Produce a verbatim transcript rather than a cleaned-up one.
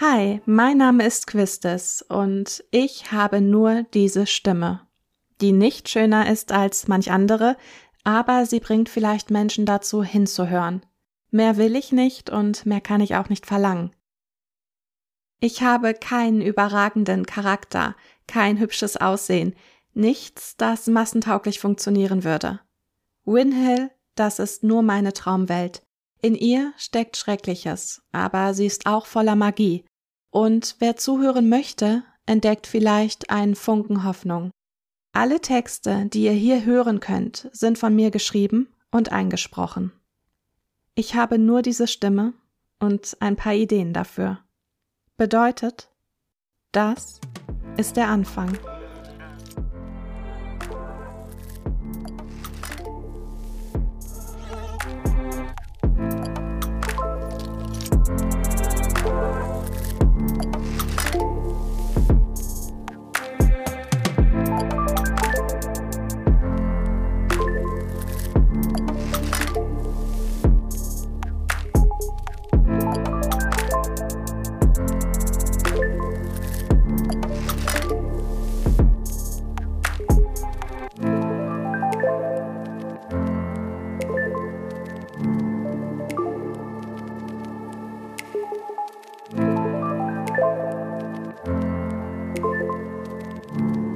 Hi, mein Name ist Quistis und ich habe nur diese Stimme, die nicht schöner ist als manch andere, aber sie bringt vielleicht Menschen dazu, hinzuhören. Mehr will ich nicht und mehr kann ich auch nicht verlangen. Ich habe keinen überragenden Charakter, kein hübsches Aussehen, nichts, das massentauglich funktionieren würde. Windhill, das ist nur meine Traumwelt. In ihr steckt Schreckliches, aber sie ist auch voller Magie. Und wer zuhören möchte, entdeckt vielleicht einen Funken Hoffnung. Alle Texte, die ihr hier hören könnt, sind von mir geschrieben und eingesprochen. Ich habe nur diese Stimme und ein paar Ideen dafür. Bedeutet, das ist der Anfang.